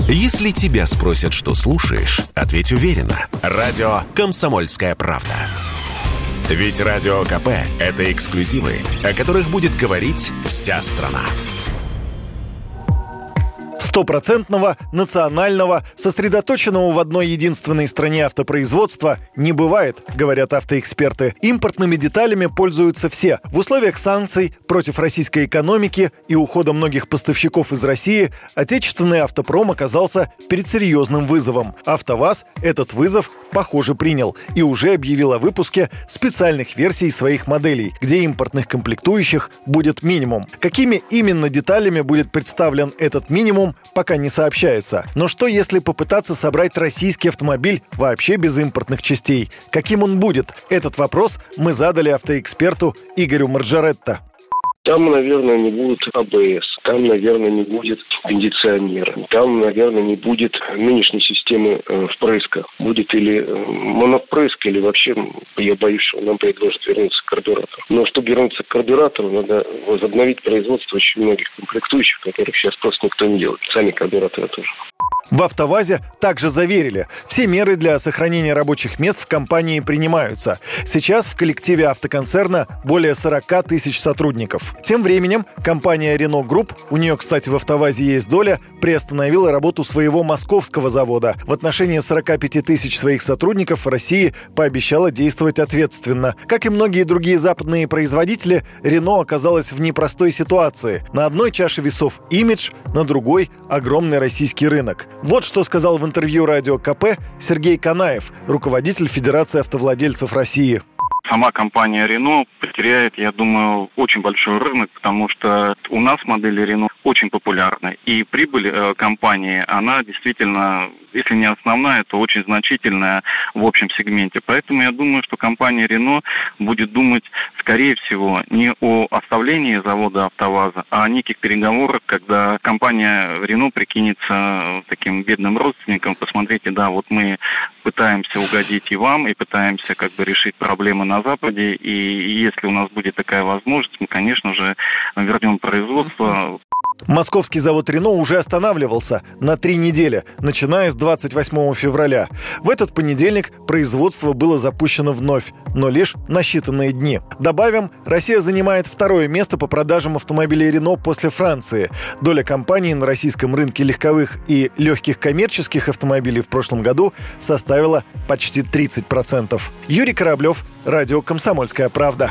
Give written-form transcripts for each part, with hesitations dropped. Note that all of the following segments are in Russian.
Если тебя спросят, что слушаешь, ответь уверенно. Радио «Комсомольская правда». Ведь Радио КП – это эксклюзивы, о которых будет говорить вся страна. Стопроцентного, национального, сосредоточенного в одной единственной стране автопроизводства не бывает, говорят автоэксперты. Импортными деталями пользуются все. В условиях санкций против российской экономики и ухода многих поставщиков из России отечественный автопром оказался перед серьезным вызовом. АвтоВАЗ этот вызов, похоже, принял и уже объявил о выпуске специальных версий своих моделей, где импортных комплектующих будет минимум. Какими именно деталями будет представлен этот минимум, пока не сообщается. Но что, если попытаться собрать российский автомобиль вообще без импортных частей? Каким он будет? Этот вопрос мы задали автоэксперту Игорю Марджоретто. Там, наверное, не будет АБС, там, наверное, не будет кондиционера, там, наверное, не будет нынешней системы впрыска. Будет или моновпрыск, или вообще, я боюсь, что нам предложат вернуться к карбюратору. Но чтобы вернуться к карбюратору, надо возобновить производство очень многих комплектующих, которых сейчас просто никто не делает. Сами карбюраторы тоже. В АвтоВАЗе также заверили, все меры для сохранения рабочих мест в компании принимаются. Сейчас в коллективе автоконцерна более 40 тысяч сотрудников. Тем временем компания Renault Group, у нее, кстати, в АвтоВАЗе есть доля, приостановила работу своего московского завода. В отношении 45 тысяч своих сотрудников в России пообещала действовать ответственно. Как и многие другие западные производители, Renault оказалась в непростой ситуации. На одной чаше весов имидж, на другой – огромный российский рынок. Вот что сказал в интервью Радио КП Сергей Канаев, руководитель Федерации автовладельцев России. Сама компания Renault потеряет, я думаю, очень большой рынок, потому что у нас модели Renault очень популярны. И прибыль компании, она действительно, если не основная, то очень значительная в общем сегменте. Поэтому я думаю, что компания Renault будет думать, скорее всего, не о оставлении завода АвтоВАЗа, а о неких переговорах, когда компания Renault прикинется таким бедным родственником. Посмотрите, да, вот мы пытаемся угодить и вам, и пытаемся как бы решить проблемы на Западе. И если у нас будет такая возможность, мы, конечно же, вернем производство. Московский завод «Рено» уже останавливался на 3 недели, начиная с 28 февраля. В этот понедельник производство было запущено вновь, но лишь на считанные дни. Добавим, Россия занимает второе место по продажам автомобилей «Рено» после Франции. Доля компании на российском рынке легковых и легких коммерческих автомобилей в прошлом году составила почти 30%. Юрий Кораблев, Радио «Комсомольская правда».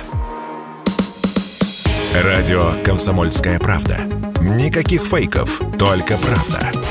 Радио «Комсомольская правда». Никаких фейков, только правда.